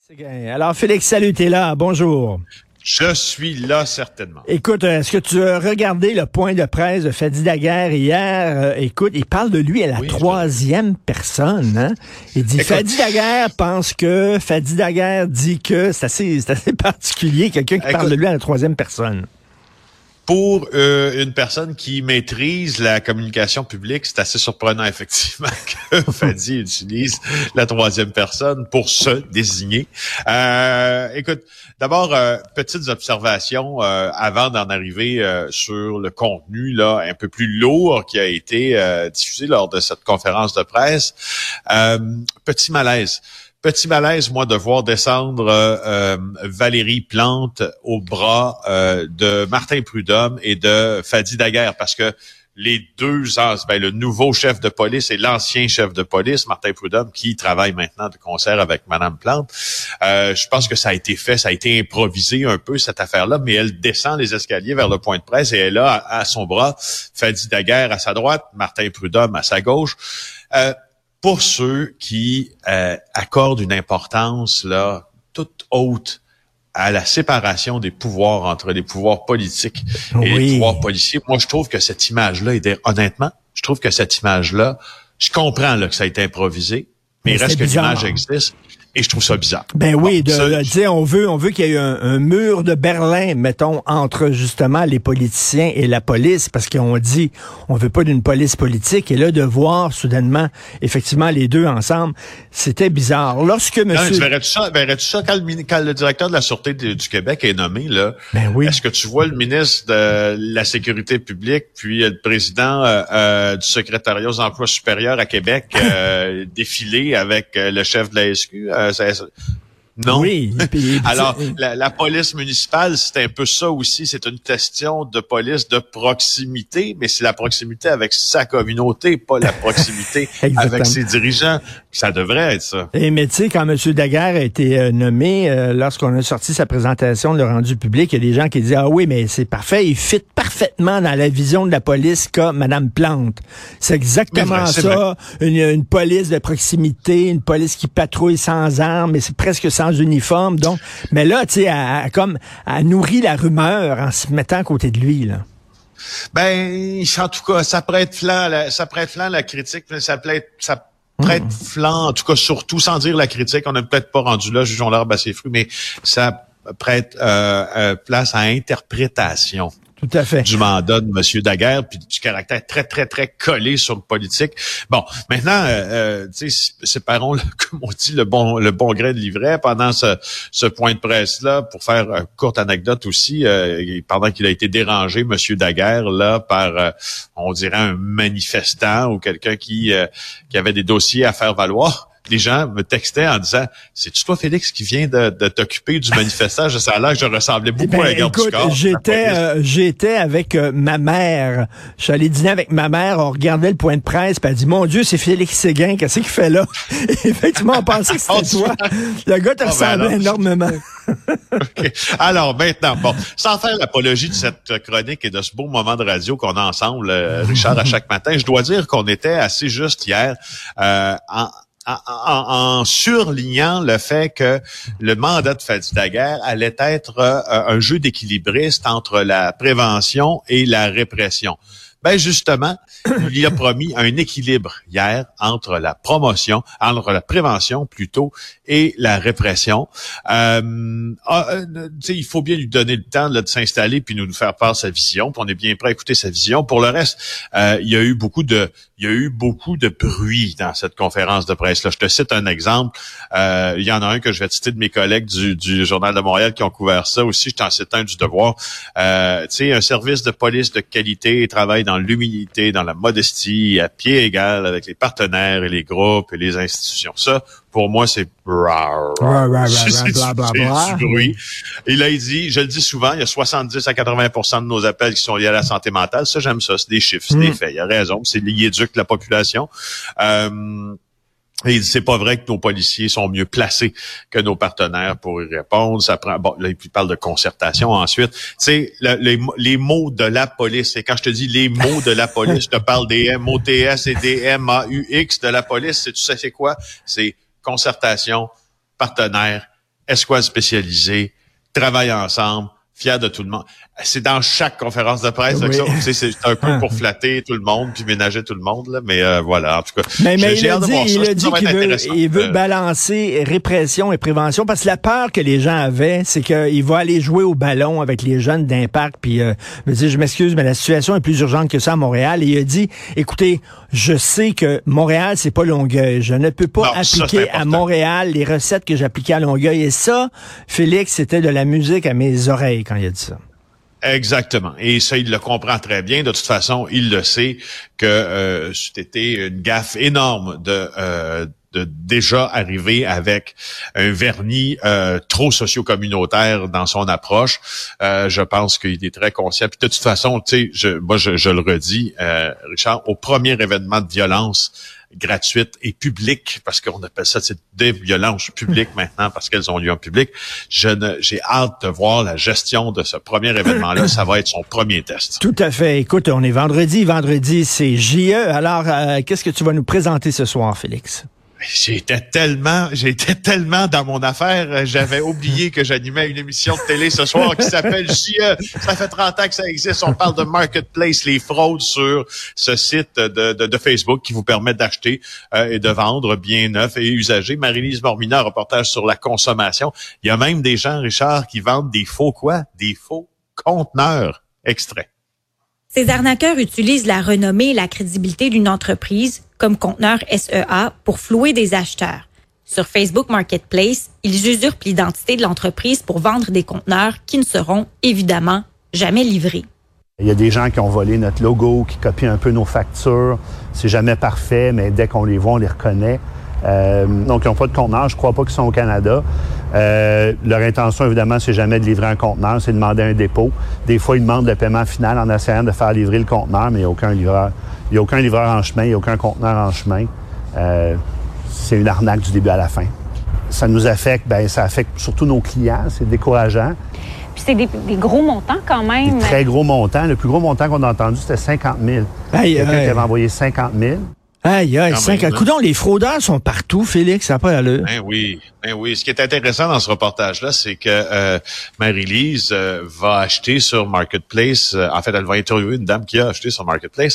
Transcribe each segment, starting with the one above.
Alors, Félix, salut, t'es là. Bonjour. Je suis là, certainement. Écoute, est-ce que tu as regardé le point de presse de Fadi Daguerre hier? Écoute, il parle de lui à la troisième personne. Hein? Il dit, Fadi Daguerre pense que, Fadi Daguerre dit que, c'est assez particulier, quelqu'un qui parle de lui à la troisième personne. Pour une personne qui maîtrise la communication publique, c'est assez surprenant, effectivement, que Fadi utilise la troisième personne pour se désigner. Écoute, d'abord, petites observations avant d'en arriver sur le contenu là un peu plus lourd qui a été diffusé lors de cette conférence de presse. Petit malaise, moi, de voir descendre Valérie Plante au bras de Martin Prudhomme et de Fadi Daguerre, parce que les deux, le nouveau chef de police et l'ancien chef de police, Martin Prudhomme, qui travaille maintenant de concert avec Madame Plante, je pense que ça a été fait, ça a été improvisé un peu, cette affaire-là, mais elle descend les escaliers vers le point de presse et elle a à son bras Fadi Daguerre à sa droite, Martin Prudhomme à sa gauche. Pour ceux qui accordent une importance là toute haute à la séparation des pouvoirs entre les pouvoirs politiques et les pouvoirs policiers, moi je trouve que cette image-là, honnêtement, je trouve que cette image-là, je comprends là que ça a été improvisé, mais il reste que l'image existe. Et je trouve ça bizarre. Ben oui, on veut qu'il y ait un mur de Berlin, mettons, entre justement les politiciens et la police, parce qu'on dit, on veut pas d'une police politique, et là, de voir soudainement, effectivement, les deux ensemble, c'était bizarre. Lorsque monsieur... Verrais-tu ça quand le directeur de la Sûreté du Québec est nommé, là? Ben oui. Est-ce que tu vois le ministre de la Sécurité publique, puis le président du secrétariat aux emplois supérieurs à Québec défiler avec le chef de la SQ? Non. Oui. Alors, la police municipale, c'est un peu ça aussi. C'est une question de police de proximité, mais c'est la proximité avec sa communauté, pas la proximité avec ses dirigeants. Ça devrait être ça. Et mais tu sais, quand M. Daguerre a été nommé, lorsqu'on a sorti sa présentation, le rendu public, il y a des gens qui disaient, ah oui, mais c'est parfait, il fit parfaitement dans la vision de la police qu'a Mme Plante. C'est exactement ça, une police de proximité, une police qui patrouille sans armes, mais c'est presque sans uniforme. Donc, mais là, tu sais, elle nourrit la rumeur en se mettant à côté de lui, là. Ben, en tout cas, ça prête flanc la critique, mais ça prête flanc, en tout cas, surtout, sans dire la critique, on n'est peut-être pas rendu là, jugeons l'arbre à ses fruits, mais ça prête place à interprétation. Tout à fait. Du mandat de M. Daguerre, puis du caractère très, très, très collé sur le politique. Bon, maintenant, tu sais, séparons, comme on dit, le bon grain de livret pendant ce point de presse-là, pour faire une courte anecdote aussi, pendant qu'il a été dérangé, M. Daguerre, là, par, on dirait, un manifestant ou quelqu'un qui avait des dossiers à faire valoir. Les gens me textaient en disant, c'est-tu toi, Félix, qui vient de t'occuper du manifestage? Ça a l'air que je ressemblais beaucoup à un garde du corps. J'étais avec ma mère. Je suis allé dîner avec ma mère. On regardait le point de presse. Puis elle dit, mon Dieu, c'est Félix Séguin. Qu'est-ce qu'il fait là? Et effectivement, on pensait que c'était toi. Le gars te ressemblait énormément. Okay. Alors, maintenant, bon, sans faire l'apologie de cette chronique et de ce beau moment de radio qu'on a ensemble, Richard, à chaque matin, je dois dire qu'on était assez juste hier en surlignant le fait que le mandat de Fadi Daguerre allait être un jeu d'équilibriste entre la prévention et la répression. Ben justement, il y a promis un équilibre hier entre la prévention plutôt et la répression. Il faut bien lui donner le temps là, de s'installer puis nous faire part de sa vision. Puis on est bien prêt à écouter sa vision. Pour le reste, il y a eu beaucoup de bruit dans cette conférence de presse là. Je te cite un exemple. Il y en a un que je vais citer de mes collègues du Journal de Montréal qui ont couvert ça aussi. Je t'en cite un du Devoir. Un service de police de qualité travaille dans l'humilité, dans la modestie, à pied égal avec les partenaires et les groupes et les institutions. Ça, pour moi, c'est du bruit. Et là, il dit, je le dis souvent, il y a 70 à 80% de nos appels qui sont liés à la santé mentale. Ça, j'aime ça. C'est des chiffres, c'est des faits. Il a raison. C'est il éduque la population. Et c'est pas vrai que nos policiers sont mieux placés que nos partenaires pour y répondre. Ça prend, bon, là, il parle de concertation ensuite. Tu sais, les mots de la police, et quand je te dis les mots de la police, je te parle des MOTS et des MAUX de la police, tu sais c'est quoi? C'est concertation, partenaire, escouade spécialisée, travaillent ensemble, fiers de tout le monde. C'est dans chaque conférence de presse. Oui. Ça, c'est un peu pour flatter tout le monde puis ménager tout le monde. Là, mais voilà, en tout cas. Mais il a dit qu'il veut balancer répression et prévention parce que la peur que les gens avaient, c'est qu'il va aller jouer au ballon avec les jeunes d'Impact. Puis je m'excuse, mais la situation est plus urgente que ça à Montréal. Et il a dit, écoutez, je sais que Montréal, c'est pas Longueuil. Je ne peux pas appliquer à Montréal les recettes que j'appliquais à Longueuil. Et ça, Félix, c'était de la musique à mes oreilles quand il a dit ça. Exactement. Et ça, il le comprend très bien. De toute façon, il le sait que c'était une gaffe énorme de déjà arriver avec un vernis trop socio-communautaire dans son approche. Je pense qu'il est très conscient. Puis de toute façon, tu sais, je le redis, Richard, au premier événement de violence gratuite et publique, parce qu'on appelle ça des violences publiques maintenant, parce qu'elles ont lieu en public. J'ai hâte de voir la gestion de ce premier événement-là. Ça va être son premier test. Tout à fait. Écoute, on est vendredi. Vendredi, c'est JE. Alors, qu'est-ce que tu vas nous présenter ce soir, Félix? J'étais tellement dans mon affaire, j'avais oublié que j'animais une émission de télé ce soir qui s'appelle JE. Ça fait 30 ans que ça existe. On parle de Marketplace, les fraudes sur ce site de Facebook qui vous permet d'acheter et de vendre biens neufs et usagés. Marie-Lise Mormina, reportage sur la consommation. Il y a même des gens, Richard, qui vendent des faux conteneurs extraits. Ces arnaqueurs utilisent la renommée et la crédibilité d'une entreprise comme Conteneur SEA pour flouer des acheteurs. Sur Facebook Marketplace, ils usurpent l'identité de l'entreprise pour vendre des conteneurs qui ne seront évidemment jamais livrés. Il y a des gens qui ont volé notre logo, qui copient un peu nos factures. C'est jamais parfait, mais dès qu'on les voit, on les reconnaît. Donc, ils n'ont pas de conteneur. Je ne crois pas qu'ils sont au Canada. Leur intention, évidemment, c'est jamais de livrer un conteneur, c'est de demander un dépôt. Des fois, ils demandent le paiement final en essayant de faire livrer le conteneur, mais il n'y a aucun livreur. Il n'y a aucun livreur en chemin, il n'y a aucun conteneur en chemin. C'est une arnaque du début à la fin. Ça nous affecte, ça affecte surtout nos clients. C'est décourageant. Puis c'est des gros montants quand même. Des très gros montants. Le plus gros montant qu'on a entendu, c'était 50 000. Quelqu'un qui avait envoyé 50 000. Aïe, 5 coudoncs, les fraudeurs sont partout, Félix, ça n'a pas l'allure. Ben oui. Ce qui est intéressant dans ce reportage-là, c'est que Marie-Lise va acheter sur Marketplace, en fait, elle va interviewer une dame qui a acheté sur Marketplace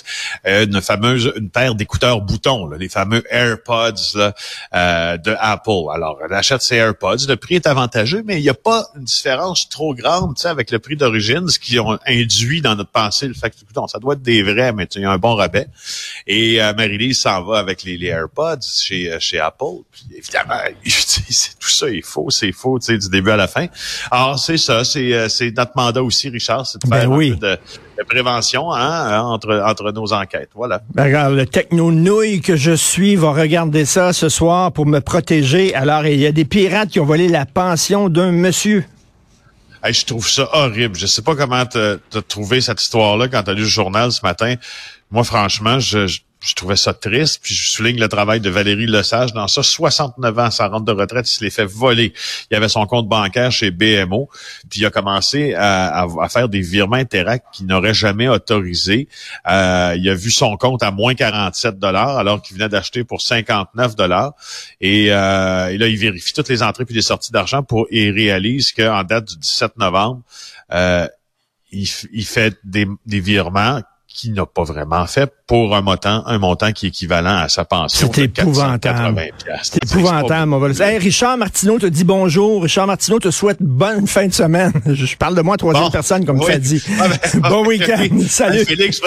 une paire d'écouteurs boutons, là, les fameux AirPods là, de Apple. Alors, elle achète ses AirPods, le prix est avantageux, mais il n'y a pas une différence trop grande, tu sais, avec le prix d'origine, ce qui ont induit dans notre pensée le fait que, écoute, ça doit être des vrais, mais il y a un bon rabais. Et Marie-Lise s'en va avec les AirPods chez Apple. Puis évidemment, tout ça est faux, c'est faux, tu sais, du début à la fin. Alors c'est ça, c'est notre mandat aussi, Richard, c'est de faire un peu de prévention entre nos enquêtes. Voilà. Regarde, le techno-nouille que je suis va regarder ça ce soir pour me protéger. Alors, il y a des pirates qui ont volé la pension d'un monsieur. Hey, je trouve ça horrible. Je sais pas comment t'as trouvé cette histoire-là quand t'as lu le journal ce matin. Moi, franchement, je trouvais ça triste, puis je souligne le travail de Valérie Lesage dans ça. 69 ans, sa rente de retraite, il se l'est fait voler. Il avait son compte bancaire chez BMO, puis il a commencé à faire des virements Interact qu'il n'aurait jamais autorisés. Il a vu son compte à moins 47 $ alors qu'il venait d'acheter pour 59 $. Et là, il vérifie toutes les entrées puis les sorties d'argent et réalise qu'en date du 17 novembre, il fait des virements qu'il n'a pas vraiment fait pour un montant qui est équivalent à sa pension. C'est épouvantable. C'est épouvantable. Hey, Richard Martineau te dit bonjour. Richard Martineau te souhaite bonne fin de semaine. Je parle de moi à troisième personne, comme tu as dit. Bon week-end. Salut. Félix,